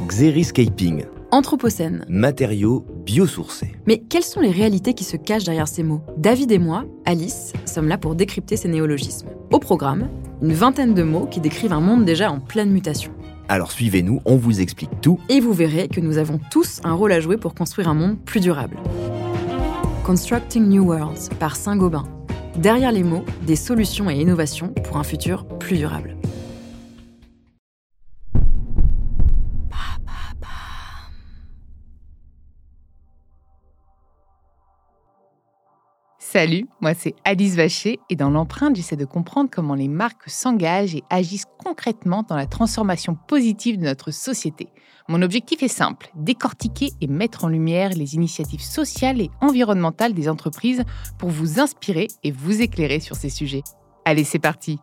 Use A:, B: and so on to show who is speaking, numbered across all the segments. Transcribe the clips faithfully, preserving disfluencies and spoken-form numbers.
A: Xeriscaping,
B: Anthropocène.
A: matériaux biosourcés.
B: Mais quelles sont les réalités qui se cachent derrière ces mots ? David et moi, Alice, sommes là pour décrypter ces néologismes. Au programme, une vingtaine de mots qui décrivent un monde déjà en pleine mutation.
A: Alors suivez-nous, on vous explique tout.
B: Et vous verrez que nous avons tous un rôle à jouer pour construire un monde plus durable. Constructing New Worlds par Saint-Gobain. Derrière les mots, des solutions et innovations pour un futur plus durable.
C: Salut, moi c'est Alice Vacher et dans l'empreinte, j'essaie de comprendre comment les marques s'engagent et agissent concrètement dans la transformation positive de notre société. Mon objectif est simple, décortiquer et mettre en lumière les initiatives sociales et environnementales des entreprises pour vous inspirer et vous éclairer sur ces sujets. Allez, c'est parti!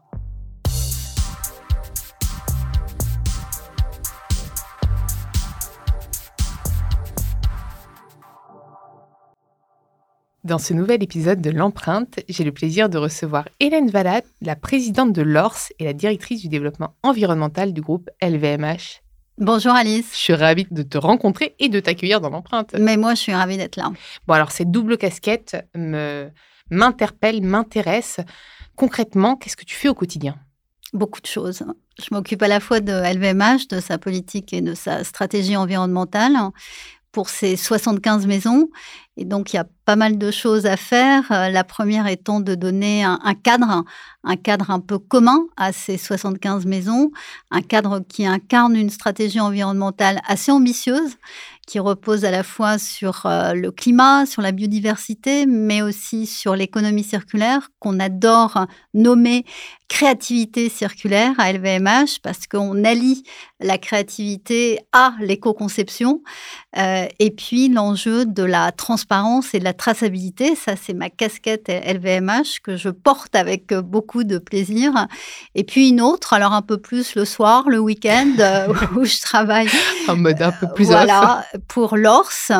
C: Dans ce nouvel épisode de l'Empreinte, j'ai le plaisir de recevoir Hélène Valade, la présidente de l'O R S et la directrice du développement environnemental du groupe L V M H.
D: Bonjour Alice.
C: Je suis ravie de te rencontrer et de t'accueillir dans l'Empreinte.
D: Mais moi, je suis ravie d'être là.
C: Bon, alors cette double casquette me, m'interpelle, m'intéresse. Concrètement, qu'est-ce que tu fais au quotidien ?
D: Beaucoup de choses. Je m'occupe à la fois de L V M H, de sa politique et de sa stratégie environnementale pour ses soixante-quinze maisons. Et donc, il y a pas mal de choses à faire. La première étant de donner un, un cadre, un cadre un peu commun à ces soixante-quinze maisons, un cadre qui incarne une stratégie environnementale assez ambitieuse, qui repose à la fois sur euh, le climat, sur la biodiversité, mais aussi sur l'économie circulaire, qu'on adore nommer créativité circulaire à L V M H, parce qu'on allie la créativité à l'éco-conception, euh, et puis l'enjeu de la transparence et de la traçabilité. Ça, c'est ma casquette L V M H que je porte avec beaucoup de plaisir. Et puis une autre, alors un peu plus le soir, le week-end, euh, où je travaille.
C: En mode un peu plus
D: Voilà, off. Pour l'O R S,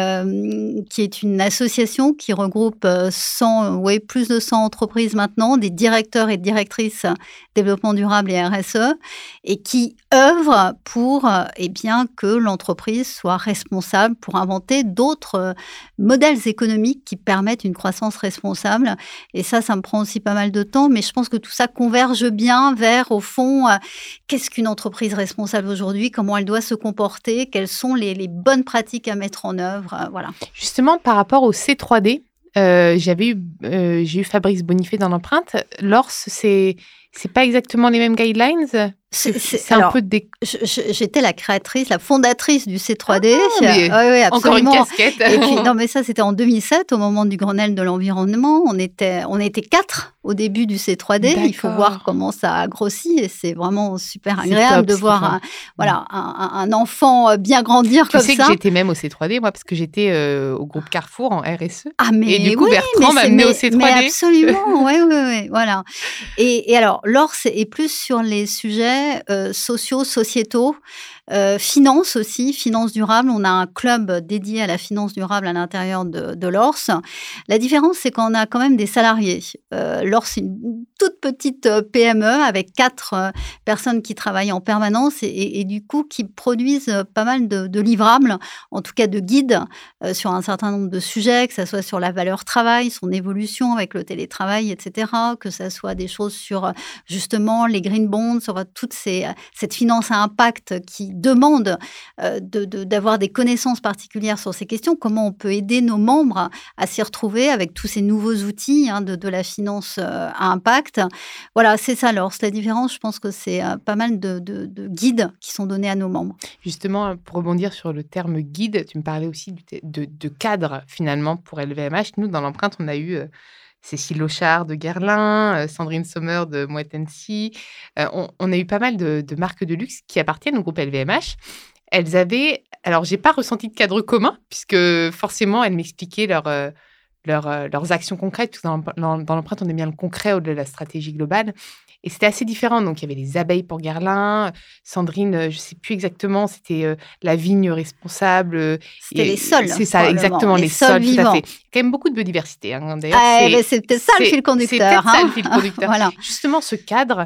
D: euh, qui est une association qui regroupe cent, ouais, plus de cent entreprises maintenant, des directeurs et directrices développement durable et R S E, et qui œuvrent pour eh bien, que l'entreprise soit responsable, pour inventer d'autres modèles économiques qui permettent une croissance responsable. Et ça, ça me prend aussi pas mal de temps, mais je pense que tout ça converge bien vers, au fond, euh, qu'est-ce qu'une entreprise responsable aujourd'hui, comment elle doit se comporter, quelles sont les, les bonnes pratiques à mettre en œuvre, euh, voilà.
C: Justement, par rapport au C trois D, euh, j'avais eu, euh, j'ai eu Fabrice Bonifay dans l'Empreinte. L'O R S, c'est, c'est pas exactement les mêmes guidelines ?
D: C'est, c'est,
C: c'est
D: alors,
C: un peu des...
D: J'étais la créatrice, la fondatrice du C trois D.
C: Ah, mais
D: oui, oui,
C: encore une casquette.
D: Et puis, non, mais ça, c'était en deux mille sept, au moment du Grenelle de l'environnement. On était, on était quatre au début du C trois D.
C: D'accord.
D: Il faut voir comment ça a grossi et c'est vraiment super agréable top, de voir un, voilà, un, un enfant bien grandir
C: tu
D: comme ça.
C: Tu sais que j'étais même au C trois D, moi, parce que j'étais euh, au groupe Carrefour en R S E.
D: Ah, mais
C: et du coup,
D: oui,
C: Bertrand m'a amené au C trois D.
D: Mais absolument, oui, oui, oui, voilà. Et, et alors, l'O R S est plus sur les sujets euh, sociaux, sociétaux, euh, finance aussi, finance durable. On a un club dédié à la finance durable à l'intérieur de, de l'O R S. La différence, c'est qu'on a quand même des salariés. Euh, L'O R S, c'est une toute petite P M E avec quatre euh, personnes qui travaillent en permanence et, et, et du coup, qui produisent pas mal de, de livrables, en tout cas de guides euh, sur un certain nombre de sujets, que ce soit sur la valeur travail, son évolution avec le télétravail, et cetera, que ce soit des choses sur justement les green bonds, sur toutes ces, cette finance à impact qui demande euh, de, de, d'avoir des connaissances particulières sur ces questions, comment on peut aider nos membres à s'y retrouver avec tous ces nouveaux outils hein, de, de la finance euh, à impact. Voilà, c'est ça l'O R S. La différence, je pense que c'est euh, pas mal de, de, de guides qui sont donnés à nos membres.
C: Justement, pour rebondir sur le terme guide, tu me parlais aussi de, de cadre finalement pour L V M H. Nous, dans l'Empreinte, on a eu... Euh, Cécile Auchard de Guerlain, euh, Sandrine Sommer de Moët Hennessy. Euh, on, on a eu pas mal de, de marques de luxe qui appartiennent au groupe L V M H. Elles avaient... Alors, je n'ai pas ressenti de cadre commun, puisque forcément, elles m'expliquaient leur, euh, leur, euh, leurs actions concrètes. Dans, dans, dans l'Empreinte, on aime bien le concret au-delà de la stratégie globale. Et c'était assez différent. Donc, il y avait les abeilles pour Guerlain. Sandrine, je ne sais plus exactement, c'était euh, la vigne responsable.
D: C'était les sols.
C: C'est ça, exactement, les, les sols, sols
D: vivants.
C: Tout à fait. Il y a quand même beaucoup de biodiversité. Hein. D'ailleurs,
D: ah,
C: c'est,
D: c'est peut-être ça le fil conducteur.
C: C'est peut-être
D: hein.
C: ça le fil conducteur.
D: Voilà.
C: Justement, ce cadre,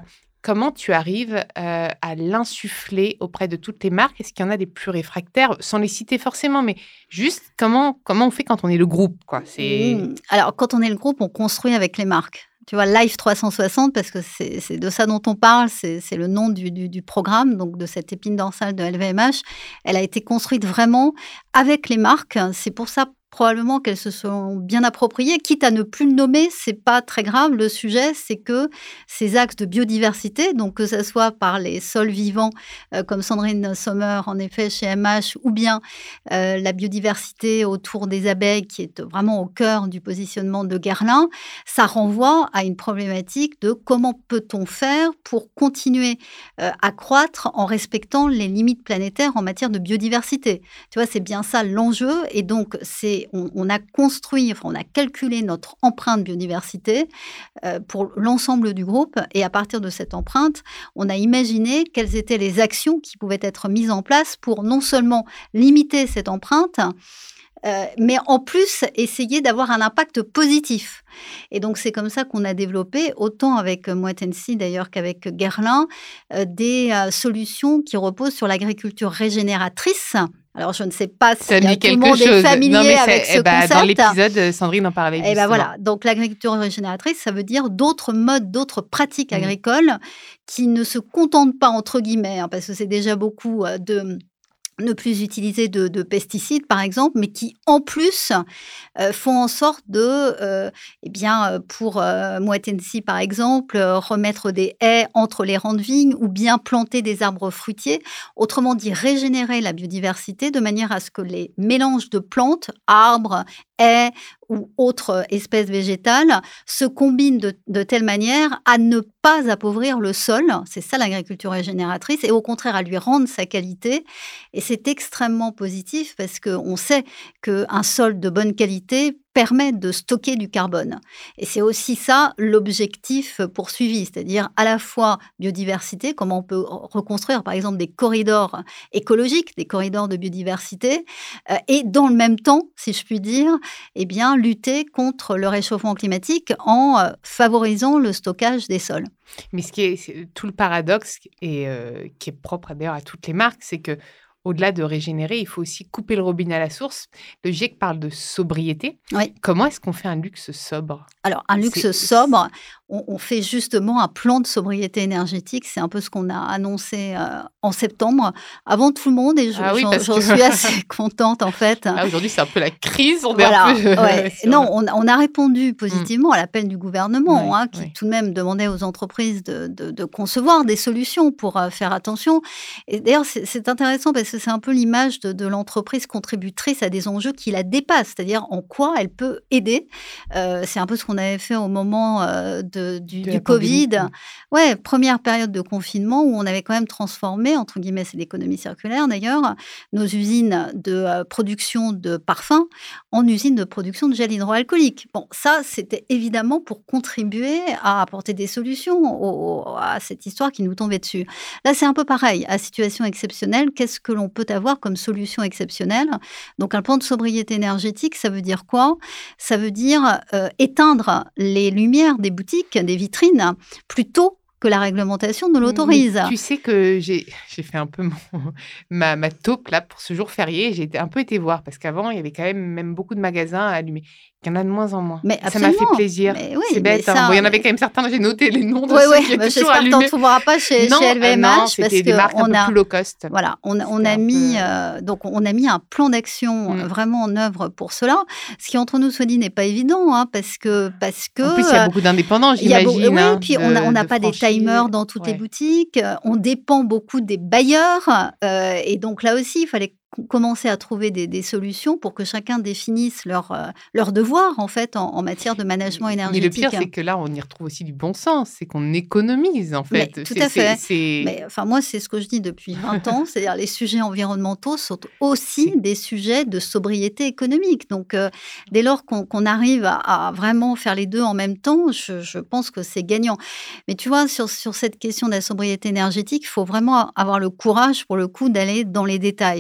C: comment tu arrives euh, à l'insuffler auprès de toutes les marques? Est-ce qu'il y en a des plus réfractaires, sans les citer forcément, mais juste comment, comment on fait quand on est le groupe, quoi? C'est...
D: Mmh. Alors, quand on est le groupe, on construit avec les marques. Tu vois, Life trois cent soixante, parce que c'est, c'est de ça dont on parle, c'est, c'est le nom du, du, du programme, donc de cette épine dorsale de L V M H. Elle a été construite vraiment avec les marques. C'est pour ça probablement qu'elles se sont bien appropriées, quitte à ne plus le nommer, c'est pas très grave. Le sujet, c'est que ces axes de biodiversité, donc que ce soit par les sols vivants, euh, comme Sandrine Sommer, en effet, chez M H, ou bien euh, la biodiversité autour des abeilles, qui est vraiment au cœur du positionnement de Guerlain, ça renvoie à une problématique de comment peut-on faire pour continuer euh, à croître en respectant les limites planétaires en matière de biodiversité. Tu vois, c'est bien ça l'enjeu, et donc c'est On, on a construit, enfin, on a calculé notre empreinte biodiversité euh, pour l'ensemble du groupe. Et à partir de cette empreinte, on a imaginé quelles étaient les actions qui pouvaient être mises en place pour non seulement limiter cette empreinte, euh, mais en plus essayer d'avoir un impact positif. Et donc, c'est comme ça qu'on a développé, autant avec Moët Hennessy d'ailleurs qu'avec Guerlain, euh, des euh, solutions qui reposent sur l'agriculture régénératrice. Alors, je ne sais pas si
C: ça me dit
D: tout le
C: quelque
D: monde
C: chose.
D: est familier
C: non, mais
D: avec ce
C: eh ben,
D: concept.
C: Dans l'épisode, Sandrine en parlait justement.
D: Et ben voilà, donc l'agriculture régénératrice, ça veut dire d'autres modes, d'autres pratiques
C: Mmh.
D: agricoles qui ne se contentent pas, entre guillemets, hein, parce que c'est déjà beaucoup euh, de ne plus utiliser de, de pesticides, par exemple, mais qui, en plus, euh, font en sorte de, euh, eh bien, euh, pour euh, Moët Hennessy, par exemple, euh, remettre des haies entre les rangs de vignes ou bien planter des arbres fruitiers. Autrement dit, régénérer la biodiversité de manière à ce que les mélanges de plantes, arbres, haies ou autres espèces végétales se combinent de, de telle manière à ne pas appauvrir le sol. C'est ça l'agriculture régénératrice, et au contraire à lui rendre sa qualité. Et c'est extrêmement positif parce qu'on sait qu'un sol de bonne qualité permet de stocker du carbone. Et c'est aussi ça l'objectif poursuivi, c'est-à-dire à la fois biodiversité, comment on peut reconstruire par exemple des corridors écologiques, des corridors de biodiversité, euh, et dans le même temps, si je puis dire, eh bien, lutter contre le réchauffement climatique en euh, favorisant le stockage des sols.
C: Mais ce qui est c'est tout le paradoxe, et euh, qui est propre d'ailleurs à toutes les marques, c'est que au-delà de régénérer, il faut aussi couper le robinet à la source. Le GIEC parle de sobriété.
D: Oui.
C: Comment est-ce qu'on fait un luxe sobre?
D: Alors, un luxe
C: C'est-
D: sobre, on, on fait justement un plan de sobriété énergétique. C'est un peu ce qu'on a annoncé euh, en septembre, avant tout le monde, et je-
C: Ah oui,
D: j'en,
C: parce
D: j'en
C: que-
D: suis assez contente, en fait.
C: Ah, aujourd'hui, c'est un peu la crise. On est
D: Voilà,
C: un peu...
D: ouais.
C: sur-
D: Non, on, a- on a répondu positivement à l'appel du gouvernement,
C: Ouais,
D: hein, qui
C: ouais.
D: tout de même demandait aux entreprises de, de- de concevoir des solutions pour euh, faire attention. Et d'ailleurs, c'est, c'est intéressant parce que c'est un peu l'image de, de l'entreprise contributrice à des enjeux qui la dépassent, c'est-à-dire en quoi elle peut aider. Euh, c'est un peu ce qu'on avait fait au moment euh, de- du,
C: De
D: du
C: la
D: Covid.
C: pandémie.
D: Ouais, première période de confinement où on avait quand même transformé, entre guillemets, c'est l'économie circulaire d'ailleurs, nos usines de euh, production de parfums en usines de production de gel hydroalcoolique. Bon, ça, c'était évidemment pour contribuer à apporter des solutions au- au- à cette histoire qui nous tombait dessus. Là, c'est un peu pareil. À situation exceptionnelle, qu'est-ce que l'on peut avoir comme solution exceptionnelle? Donc, un plan de sobriété énergétique, ça veut dire quoi? Ça veut dire euh, éteindre les lumières des boutiques, des vitrines, plus tôt que la réglementation ne l'autorise.
C: Mais tu sais que j'ai, j'ai fait un peu mon, ma, ma taupe là pour ce jour férié. J'ai été- un peu été voir parce qu'avant, il y avait quand même, même beaucoup de magasins allumés. Il y en a de moins en moins.
D: Mais
C: ça m'a fait
D: absolument.
C: plaisir.
D: Mais oui,
C: c'est
D: mais
C: bête. hein.
D: ça,
C: Bon, il y en avait
D: mais-
C: quand même certains, j'ai noté les noms de
D: Oui,
C: ceux
D: oui,
C: qui étaient
D: bah,
C: toujours
D: j'espère que tu n'en
C: allumés.
D: trouveras pas chez,
C: non,
D: chez L V M H.
C: euh, non,
D: parce
C: c'était des marques un
D: qu'on
C: peu
D: a,
C: plus low cost.
D: Voilà, on, on
C: C'était
D: a
C: un
D: mis
C: peu-
D: euh, donc on a mis un plan d'action
C: Mm.
D: euh, vraiment en œuvre pour cela. Ce qui entre nous soit dit n'est pas évident, hein, parce que parce que
C: En plus, il y a beaucoup d'indépendants,
D: il y a beau-
C: j'imagine.
D: oui,
C: hein,
D: puis
C: de-
D: on n'a on n'a
C: de
D: pas des
C: franchises.
D: timers dans toutes les
C: Ouais.
D: boutiques. euh, On dépend beaucoup des bailleurs. euh, et donc là aussi, il fallait co- commencer à trouver des, des solutions pour que chacun définisse leur, euh, leur devoir en fait en, en matière de management
C: Mais
D: énergétique.
C: le pire, c'est que là, on y retrouve aussi du bon sens. C'est qu'on économise, en
D: Mais
C: fait.
D: tout
C: C'est-
D: à
C: c'est-
D: fait.
C: c'est-
D: Mais enfin, moi, c'est ce que je dis depuis vingt ans, c'est-à-dire les sujets environnementaux sont aussi
C: C'est-
D: des sujets de sobriété économique. Donc, euh, dès lors qu'on qu'on arrive à, à vraiment faire les deux en même temps, je, je pense que c'est gagnant. Mais tu vois, sur, sur cette question de la sobriété énergétique, il faut vraiment avoir le courage, pour le coup, d'aller dans les détails. Parce qu'une fois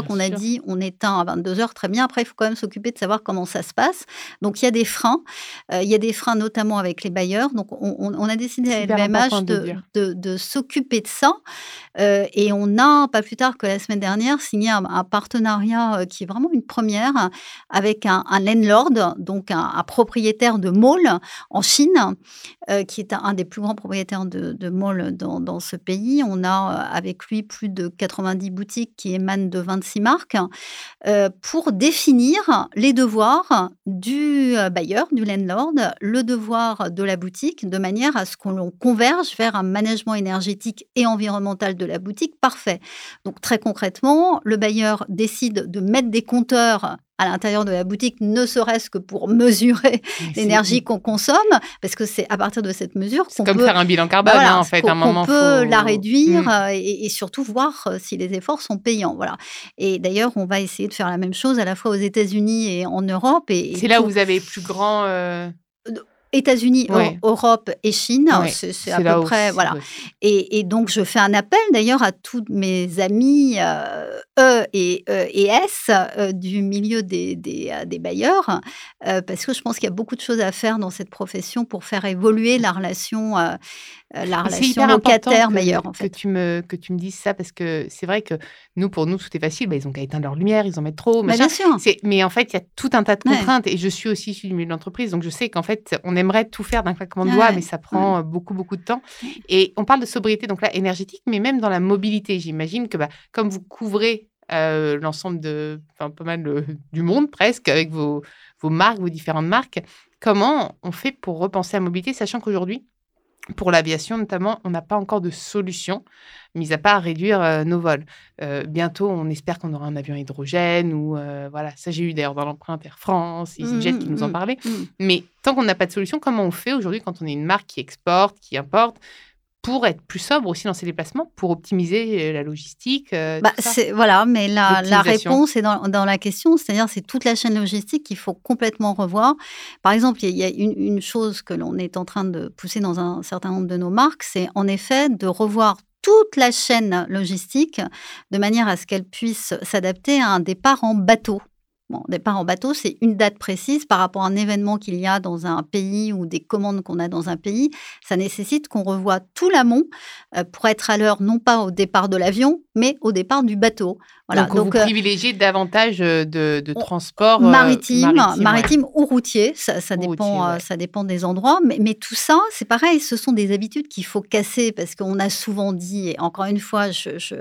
D: fois qu'on a dit on éteint à vingt-deux heures, très bien. Après, il faut quand même s'occuper de savoir comment ça se passe. Donc, il y a des freins. Euh, il y a des freins notamment avec les bailleurs. Donc, on, on, on a décidé à L V M H de, de, de, de s'occuper de ça. Euh, et on a, pas plus tard que la semaine dernière, signé un, un partenariat euh, qui est vraiment une première avec un, un landlord, donc un, un propriétaire de mall en Chine, euh, qui est un, un des plus grands propriétaires de, de mall dans, dans ce pays. On a euh, avec lui plus de quatre-vingt-dix boutiques qui émanent de vingt-six marques euh, pour définir les devoirs du bailleur, du landlord, le devoir de la boutique, de manière à ce qu'on converge vers un management énergétique et environnemental de la boutique parfait. Donc très concrètement, le bailleur décide de mettre des compteurs à l'intérieur de la boutique, ne serait-ce que pour mesurer Mais l'énergie qu'on consomme, parce que c'est à partir de cette mesure
C: c'est
D: qu'on
C: comme
D: peut...
C: faire un bilan carbone,
D: bah voilà,
C: hein, en fait.
D: Qu'on,
C: à un moment,
D: qu'on peut
C: faut...
D: la réduire
C: mmh.
D: et, et surtout voir si les efforts sont payants. Voilà. Et d'ailleurs, on va essayer de faire la même chose à la fois aux États-Unis et en Europe. Et, et
C: c'est là
D: tout...
C: où vous avez plus grand... Euh...
D: États-Unis,
C: ouais.
D: Europe et Chine,
C: ouais.
D: c'est, c'est,
C: c'est
D: à peu près,
C: aussi,
D: voilà. Et, et donc, je fais un appel d'ailleurs à tous mes amis euh, E et, e et S euh, du milieu des, des, des bailleurs, euh, parce que je pense qu'il y a beaucoup de choses à faire dans cette profession pour faire évoluer la relation, euh, la relation locataire-bailleur, en fait.
C: Que tu, me, que tu me dises ça, parce que c'est vrai que nous, pour nous, tout est facile. Bah, ils ont qu'à éteindre leur lumière, ils en mettent trop.
D: Bah, bien sûr.
C: C'est, mais en fait, il y a tout un tas de contraintes. Ouais. Et je suis aussi issue du milieu de l'entreprise, donc je sais qu'en fait, on aimerait tout faire d'un claquement de doigts, ouais. mais ça prend ouais. beaucoup, beaucoup de temps. Et on parle de sobriété, donc là, énergétique, mais même dans la mobilité. J'imagine que bah, comme vous couvrez euh, l'ensemble de, enfin, pas mal de, du monde presque, avec vos, vos marques, vos différentes marques, comment on fait pour repenser la mobilité, sachant qu'aujourd'hui, pour l'aviation notamment, on n'a pas encore de solution, mis à part réduire euh, nos vols. Euh, bientôt, on espère qu'on aura un avion à hydrogène ou euh, voilà. Ça, j'ai eu d'ailleurs dans l'empreinte Air France, EasyJet mmh, qui nous en parlaient. Mmh. Mais tant qu'on n'a pas de solution, comment on fait aujourd'hui quand on est une marque qui exporte, qui importe, pour être plus sobre aussi dans ses déplacements, pour optimiser la logistique euh,
D: bah, c'est, Voilà, mais la, la réponse est dans, dans la question, c'est-à-dire c'est toute la chaîne logistique qu'il faut complètement revoir. Par exemple, il y a une, une chose que l'on est en train de pousser dans un certain nombre de nos marques, c'est en effet de revoir toute la chaîne logistique de manière à ce qu'elle puisse s'adapter à un départ en bateau. Bon, départ en bateau, c'est une date précise par rapport à un événement qu'il y a dans un pays ou des commandes qu'on a dans un pays. Ça nécessite qu'on revoie tout l'amont euh, pour être à l'heure, non pas au départ de l'avion, mais au départ du bateau. Voilà.
C: Donc, Donc vous euh, privilégiez davantage de, de transport
D: maritime,
C: euh, maritime,
D: maritime ouais. ou routier. Ça, ça, ou dépend, routier, ouais. euh, ça dépend des endroits. Mais, mais tout ça, c'est pareil, ce sont des habitudes qu'il faut casser parce qu'on a souvent dit, et encore une fois, je, je,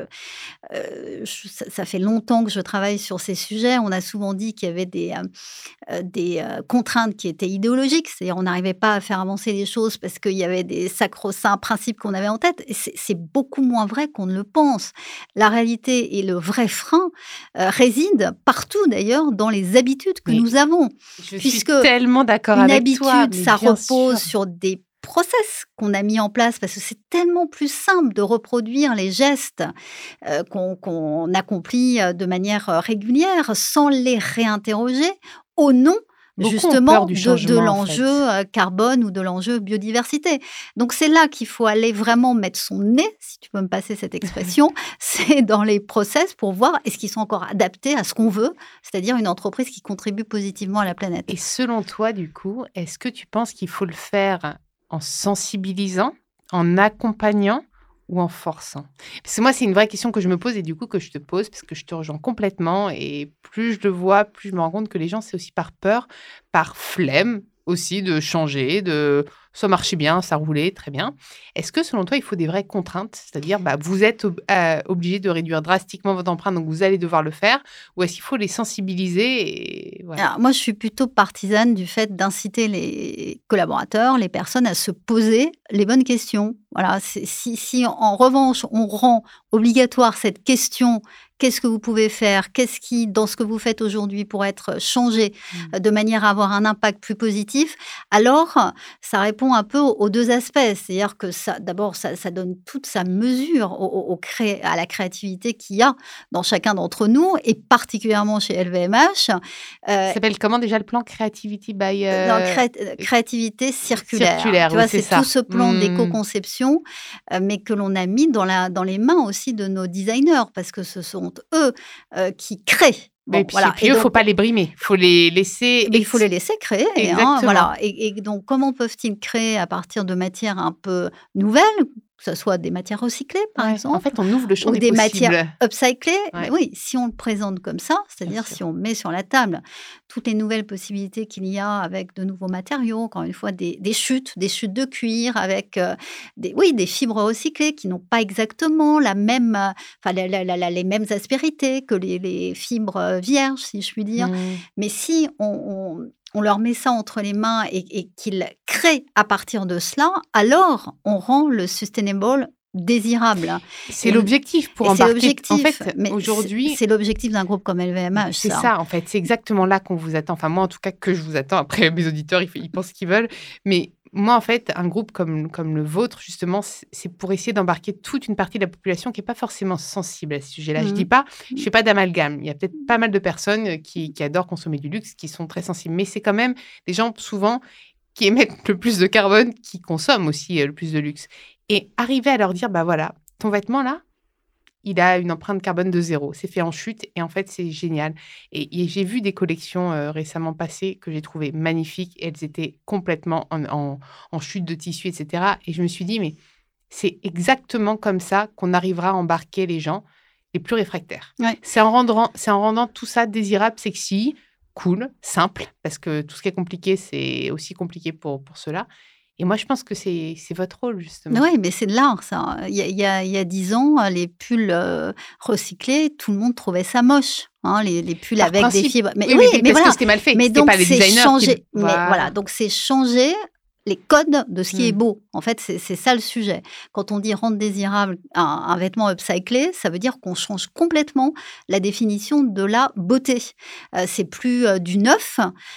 D: euh, je, ça, ça fait longtemps que je travaille sur ces sujets, on a souvent dit qu'il y avait des, euh, des euh, contraintes qui étaient idéologiques, c'est-à-dire on n'arrivait pas à faire avancer les choses parce qu'il y avait des sacro-saints principes qu'on avait en tête. Et c'est, c'est beaucoup moins vrai qu'on ne le pense. La réalité et le vrai frein euh, résident partout d'ailleurs dans les habitudes que mais nous avons.
C: Je puisque suis tellement d'accord avec
D: habitude,
C: toi. Une
D: habitude, ça repose
C: sûr.
D: sur des process qu'on a mis en place parce que c'est tellement plus simple de reproduire les gestes euh, qu'on, qu'on accomplit de manière régulière sans les réinterroger au nom Beaucoup justement du de, de l'enjeu en fait. carbone ou de l'enjeu biodiversité. Donc c'est là qu'il faut aller vraiment mettre son nez, si tu peux me passer cette expression, c'est dans les process pour voir est-ce qu'ils sont encore adaptés à ce qu'on veut, c'est-à-dire une entreprise qui contribue positivement à la planète.
C: Et selon toi, du coup, est-ce que tu penses qu'il faut le faire en sensibilisant, en accompagnant ou en forçant? Parce que moi, c'est une vraie question que je me pose et du coup que je te pose parce que je te rejoins complètement et plus je le vois, plus je me rends compte que les gens, c'est aussi par peur, par flemme aussi de changer, de ça marchait bien, ça roulait, très bien. Est-ce que selon toi, il faut des vraies contraintes? C'est-à-dire, bah, vous êtes ob- euh, obligé de réduire drastiquement votre empreinte, donc vous allez devoir le faire, ou est-ce qu'il faut les sensibiliser et voilà.
D: Alors, moi, je suis plutôt partisane du fait d'inciter les collaborateurs, les personnes à se poser les bonnes questions. Voilà, c'est, si, si en revanche, on rend obligatoire cette question, qu'est-ce que vous pouvez faire, qu'est-ce qui, dans ce que vous faites aujourd'hui, pourrait être changé mmh. de manière à avoir un impact plus positif, alors ça répond répond un peu aux, aux deux aspects. C'est-à-dire que ça, d'abord, ça, ça donne toute sa mesure au, au, au cré, à la créativité qu'il y a dans chacun d'entre nous, et particulièrement chez L V M H.
C: Euh, ça s'appelle comment déjà le plan Creativity by...
D: Euh... Dans cré- créativité circulaire. circulaire
C: oui,
D: tu vois,
C: c'est,
D: c'est
C: ça.
D: tout ce plan
C: mmh.
D: d'éco-conception, euh, mais que l'on a mis dans, la, dans les mains aussi de nos designers, parce que ce sont eux euh, qui créent.
C: Bon, et puis, voilà. il ne faut pas les brimer, il faut les laisser...
D: Il faut les laisser créer. Hein, voilà. et, et donc, comment peuvent-ils créer à partir de matières un peu nouvelles, que ce soit des matières recyclées, par
C: ouais,
D: exemple.
C: En fait, on ouvre le champ
D: ou
C: des,
D: des
C: possibles.
D: matières upcyclées.
C: Ouais.
D: Mais oui, si on le présente comme ça, c'est-à-dire si on met sur la table toutes les nouvelles possibilités qu'il y a avec de nouveaux matériaux, encore une fois, des, des chutes, des chutes de cuir avec euh, des, oui, des fibres recyclées qui n'ont pas exactement la même, enfin, la, la, la, les mêmes aspérités que les, les fibres vierges, si je puis dire. Mmh. Mais si on, on on leur met ça entre les mains et, et qu'ils créent à partir de cela, alors on rend le sustainable désirable.
C: C'est et l'objectif pour embarquer.
D: C'est l'objectif.
C: En fait, aujourd'hui,
D: c'est, c'est l'objectif d'un groupe comme L V M H.
C: C'est
D: ça.
C: ça, en fait. C'est exactement là qu'on vous attend. Enfin, moi, en tout cas, que je vous attends. Après, mes auditeurs, ils, ils pensent ce qu'ils veulent. Mais moi, en fait, un groupe comme, comme le vôtre, justement, c'est pour essayer d'embarquer toute une partie de la population qui n'est pas forcément sensible à ce sujet-là. Mmh. Je ne dis pas, je ne fais pas d'amalgame. Il y a peut-être pas mal de personnes qui, qui adorent consommer du luxe, qui sont très sensibles. Mais c'est quand même des gens, souvent, qui émettent le plus de carbone, qui consomment aussi le plus de luxe. Et arriver à leur dire, bah voilà, ton vêtement, là, il a une empreinte carbone de zéro. C'est fait en chute et en fait, c'est génial. Et, et j'ai vu des collections euh, récemment passées que j'ai trouvées magnifiques. Et elles étaient complètement en, en, en chute de tissu, et cetera. Et je me suis dit, mais c'est exactement comme ça qu'on arrivera à embarquer les gens les plus réfractaires.
D: Ouais.
C: C'est en rendant, c'est en rendant tout ça désirable, sexy, cool, simple, parce que tout ce qui est compliqué, c'est aussi compliqué pour, pour ceux-là. Et moi, je pense que c'est, c'est votre rôle, justement.
D: Oui, mais c'est de l'art, ça. Il y a, il y a, il y a dix ans, les pulls euh, recyclés, tout le monde trouvait ça moche. Hein, les, les pulls
C: Par
D: avec
C: principe,
D: des fibres. Mais,
C: oui,
D: oui,
C: mais,
D: mais
C: parce
D: voilà.
C: que c'était mal fait.
D: Mais
C: c'était
D: donc,
C: pas les
D: c'est
C: designers
D: changer.
C: Qui...
D: Mais
C: voilà.
D: voilà, donc c'est changer les codes de ce qui
C: mmh.
D: est beau. En fait, c'est, c'est ça le sujet. Quand on dit rendre désirable un, un vêtement upcyclé, ça veut dire qu'on change complètement la définition de la beauté. Euh, c'est plus euh, du neuf,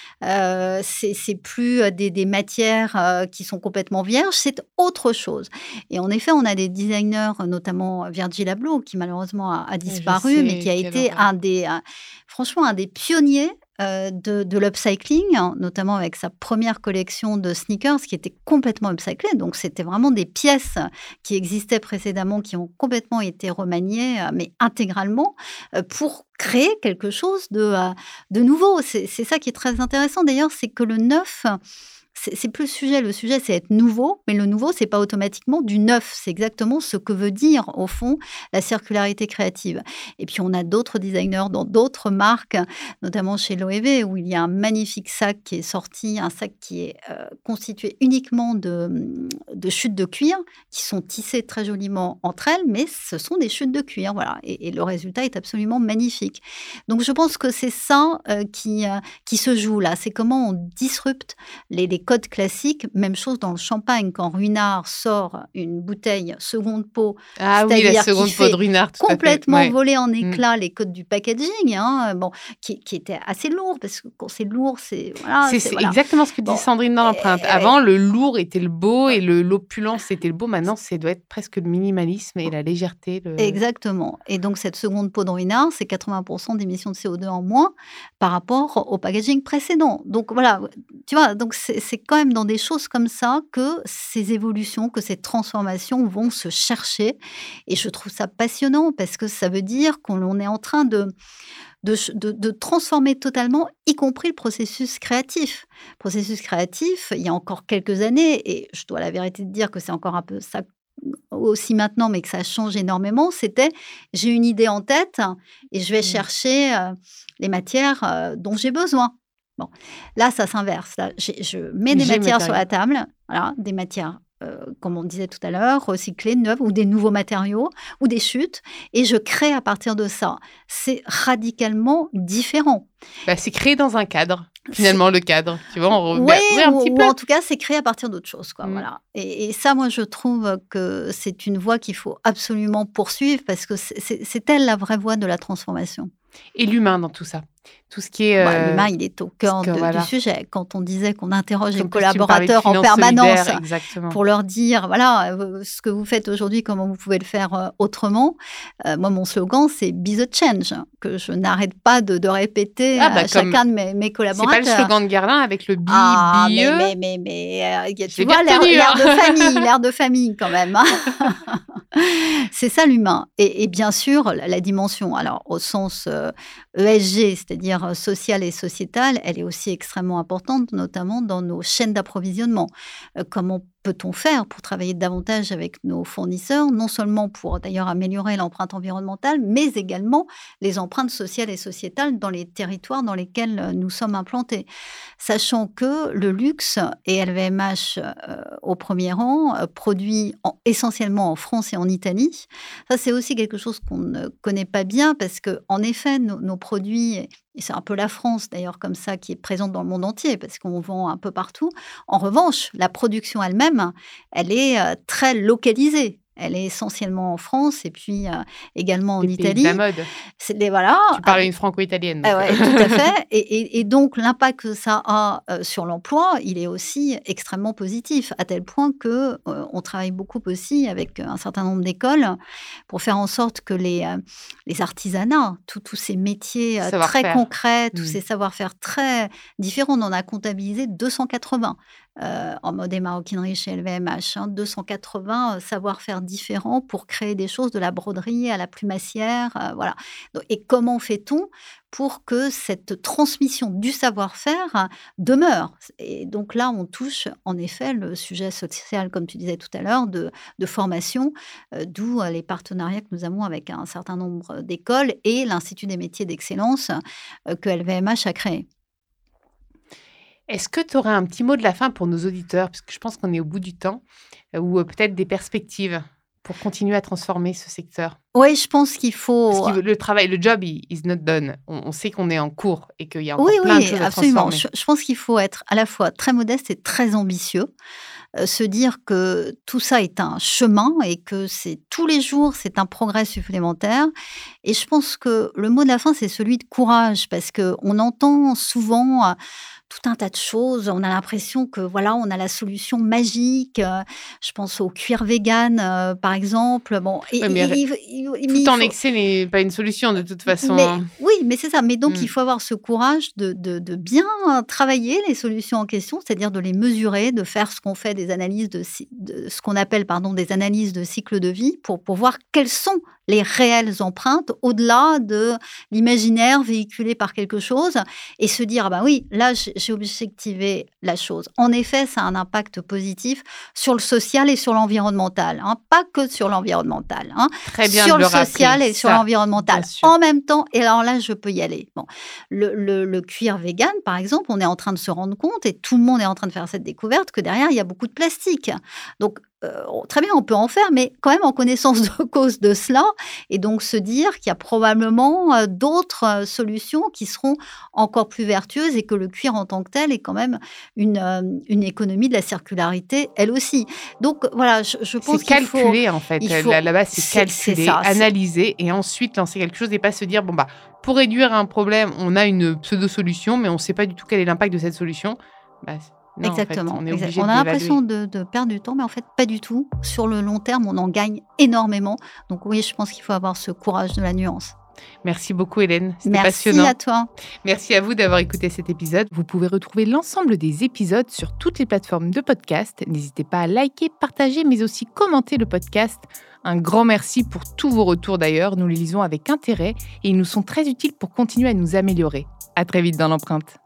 D: euh, c'est, c'est plus euh, des, des matières euh, qui sont complètement vierges, c'est autre chose. Et en effet, on a des designers, notamment Virgil Abloh, qui malheureusement a, a disparu, sais, mais qui a été un des, un, franchement un des pionniers Euh, de, de l'upcycling, hein, notamment avec sa première collection de sneakers qui était complètement upcyclée. Donc, c'était vraiment des pièces qui existaient précédemment, qui ont complètement été remaniées, euh, mais intégralement, euh, pour créer quelque chose de, euh, de nouveau. C'est, c'est ça qui est très intéressant, d'ailleurs, c'est que le neuf... C'est, c'est plus le sujet. Le sujet, c'est être nouveau, mais le nouveau, c'est pas automatiquement du neuf. C'est exactement ce que veut dire, au fond, la circularité créative. Et puis, on a d'autres designers dans d'autres marques, notamment chez Loewe, où il y a un magnifique sac qui est sorti, un sac qui est euh, constitué uniquement de, de chutes de cuir, qui sont tissées très joliment entre elles, mais ce sont des chutes de cuir, voilà. Et, et le résultat est absolument magnifique. Donc, je pense que c'est ça euh, qui, euh, qui se joue là. C'est comment on disrupte les, les codes classiques. Même chose dans le champagne, quand Ruinart sort une bouteille seconde peau,
C: ah oui, la seconde peau de Ruinart,
D: complètement
C: ouais.
D: volée en éclats mmh. les codes du packaging, hein, bon, qui, qui était assez lourd, parce que quand c'est lourd, c'est... Voilà,
C: c'est,
D: c'est,
C: c'est
D: voilà.
C: exactement ce que dit bon. Sandrine dans l'empreinte. Euh, Avant, le lourd était le beau et le, l'opulence était le beau. Maintenant, ça doit être presque le minimalisme et la légèreté. Le...
D: Exactement. Et donc, cette seconde peau de Ruinart, c'est quatre-vingts pour cent d'émissions de C O deux en moins par rapport au packaging précédent. Donc, voilà, tu vois, donc c'est, c'est quand même dans des choses comme ça que ces évolutions, que ces transformations vont se chercher. Et je trouve ça passionnant parce que ça veut dire qu'on est en train de, de, de, de transformer totalement, y compris le processus créatif. Le processus créatif, il y a encore quelques années, et je dois la vérité de dire que c'est encore un peu ça aussi maintenant, mais que ça change énormément, c'était j'ai une idée en tête et je vais mmh. chercher euh, les matières euh, dont j'ai besoin. Bon, là, ça s'inverse. Là, je mets des j'ai matières sur la table, voilà, des matières, euh, comme on disait tout à l'heure, recyclées, neuves, ou des nouveaux matériaux, ou des chutes, et je crée à partir de ça. C'est radicalement différent.
C: Bah, c'est créé dans un cadre, finalement, le cadre. Tu vois, on
D: Oui,
C: revient un
D: ou,
C: petit
D: ou
C: peu.
D: en tout cas, c'est créé à partir d'autre chose. Quoi,
C: Mm.
D: voilà. et, et ça, moi, je trouve que c'est une voie qu'il faut absolument poursuivre parce que c'est, c'est, c'est elle la vraie voie de la transformation.
C: Et l'humain dans tout ça. Tout ce qui est...
D: Bah,
C: euh,
D: l'humain, il est au cœur
C: que,
D: de-
C: voilà.
D: du sujet. Quand on disait qu'on interroge les
C: Comme plus tu me parlais de
D: collaborateurs en
C: finances
D: permanence
C: solidaires, exactement.
D: pour leur dire, voilà, euh, ce que vous faites aujourd'hui, comment vous pouvez le faire euh, autrement. Euh, moi, mon slogan, c'est Be the Change, que je n'arrête pas de, de répéter
C: Ah, bah,
D: à
C: comme-
D: chacun de mes, mes
C: C'est
D: collaborateurs.
C: pas le slogan de Guerlain avec le bi,
D: Ah,
C: bieux.
D: mais, mais, mais, mais euh, y a-
C: Je
D: tu
C: l'ai
D: vois,
C: bien
D: l'air,
C: retenu,
D: l'air
C: hein.
D: de famille, l'air de famille quand même. hein. C'est ça l'humain. Et, et bien sûr, la, la dimension, alors au sens euh, E S G, c'est-à-dire euh, social et sociétal, elle est aussi extrêmement importante, notamment dans nos chaînes d'approvisionnement. Euh, comment peut-on faire pour travailler davantage avec nos fournisseurs, non seulement pour d'ailleurs améliorer l'empreinte environnementale, mais également les empreintes sociales et sociétales dans les territoires dans lesquels euh, nous sommes implantés. Sachant que le luxe et L V M H euh, au premier rang, euh, produit en- essentiellement en France et en Italie. Ça, c'est aussi quelque chose qu'on ne connaît pas bien parce que, en effet, nos, nos produits, et c'est un peu la France d'ailleurs comme ça qui est présente dans le monde entier parce qu'on vend un peu partout. En revanche, la production elle-même, elle est euh, très localisée. Elle est essentiellement en France et puis euh, également en
C: Des pays de
D: Italie.
C: la mode.
D: C'est des, voilà,
C: Tu parles une franco-italienne. donc,
D: ah ouais,
C: euh,
D: tout à fait. Et, et- et donc, l'impact que ça a euh, sur l'emploi, il est aussi extrêmement positif, à tel point que euh, on travaille beaucoup aussi avec un certain nombre d'écoles pour faire en sorte que les, euh, les artisanats, tous tous ces métiers euh, très
C: Savoir-faire.
D: concrets, tous
C: Mm.
D: ces savoir-faire très différents, on en a comptabilisé deux cent quatre-vingts euh, en mode et maroquinerie chez L V M H. hein, deux cent quatre-vingts euh, savoir-faire différents pour créer des choses de la broderie à la plumassière. euh, voilà. Donc, et comment fait-on pour que cette transmission du savoir-faire demeure? Et donc là, on touche en effet le sujet social, comme tu disais tout à l'heure, de, de formation, euh, d'où euh, les partenariats que nous avons avec un certain nombre d'écoles et l'Institut des métiers d'excellence euh, que L V M H a créé.
C: Est-ce que tu aurais un petit mot de la fin pour nos auditeurs? Parce que je pense qu'on est au bout du temps. euh, Ou euh, peut-être des perspectives pour continuer à transformer ce secteur.
D: Oui, je pense qu'il faut...
C: Parce que le travail, le job, il is not done. On, on sait qu'on est en cours et qu'il y a encore
D: Oui,
C: plein
D: oui,
C: de choses à
D: absolument.
C: transformer.
D: Je, je pense qu'il faut être à la fois très modeste et très ambitieux. Euh, se dire que tout ça est un chemin et que c'est tous les jours, c'est un progrès supplémentaire. Et je pense que le mot de la fin, c'est celui de courage, parce qu'on entend souvent... euh, tout un tas de choses. On a l'impression que voilà, on a la solution magique. Euh, je pense au cuir vegan, euh, par exemple. Bon, et,
C: Ouais, mais
D: et- il- il- il- mais
C: Tout
D: il
C: en
D: faut-
C: excès n'est pas une solution de toute façon.
D: mais,
C: hein.
D: oui, mais c'est ça. Mais donc,
C: Mm.
D: il faut avoir ce courage de, de- de bien travailler les solutions en question, c'est-à-dire de les mesurer, de faire ce qu'on fait des analyses de, cy- de- ce qu'on appelle pardon des analyses de cycle de vie pour, pour voir quelles sont les réelles empreintes au-delà de l'imaginaire véhiculé par quelque chose et se dire ah ben oui, là j'ai j'ai objectivé la chose. En effet, ça a un impact positif sur le social et sur l'environnemental, hein, pas que sur l'environnemental. hein.
C: Très bien
D: sur
C: de
D: le
C: le rappeler,
D: social et sur
C: ça,
D: l'environnemental
C: bien sûr.
D: en même temps. Et alors là, je peux y aller. Bon, le, le- le cuir vegan, par exemple, on est en train de se rendre compte et tout le monde est en train de faire cette découverte que derrière, il y a beaucoup de plastique. Donc, euh, très bien, on peut en faire, mais quand même en connaissance de cause de cela. Et donc, se dire qu'il y a probablement euh, d'autres euh, solutions qui seront encore plus vertueuses et que le cuir en tant que tel est quand même une, euh, une économie de la circularité, elle aussi. Donc, voilà, je, je pense
C: C'est
D: qu'il faut...
C: calculé en fait.
D: il faut-
C: Là- Là-bas, c'est
D: c'est- c'est
C: calculé,
D: ça, c'est-
C: analysé et ensuite lancer quelque chose et pas se dire bon bah pour réduire un problème, on a une pseudo-solution, mais on ne sait pas du tout quel est l'impact de cette solution. Bah, non, en fait,
D: Exactement.
C: on est
D: exact-
C: obligé
D: on
C: de
D: a
C: l'évaluer.
D: l'impression de, de perdre du temps, mais en fait, pas du tout. Sur le long terme, on en gagne énormément. Donc oui, je pense qu'il faut avoir ce courage de la nuance.
C: Merci beaucoup Hélène, c'était
D: Merci
C: passionnant.
D: à toi.
C: Merci à vous d'avoir écouté cet épisode. Vous pouvez retrouver l'ensemble des épisodes sur toutes les plateformes de podcast. N'hésitez pas à liker, partager, mais aussi commenter le podcast. Un grand merci pour tous vos retours d'ailleurs. Nous les lisons avec intérêt et ils nous sont très utiles pour continuer à nous améliorer. À très vite dans l'empreinte.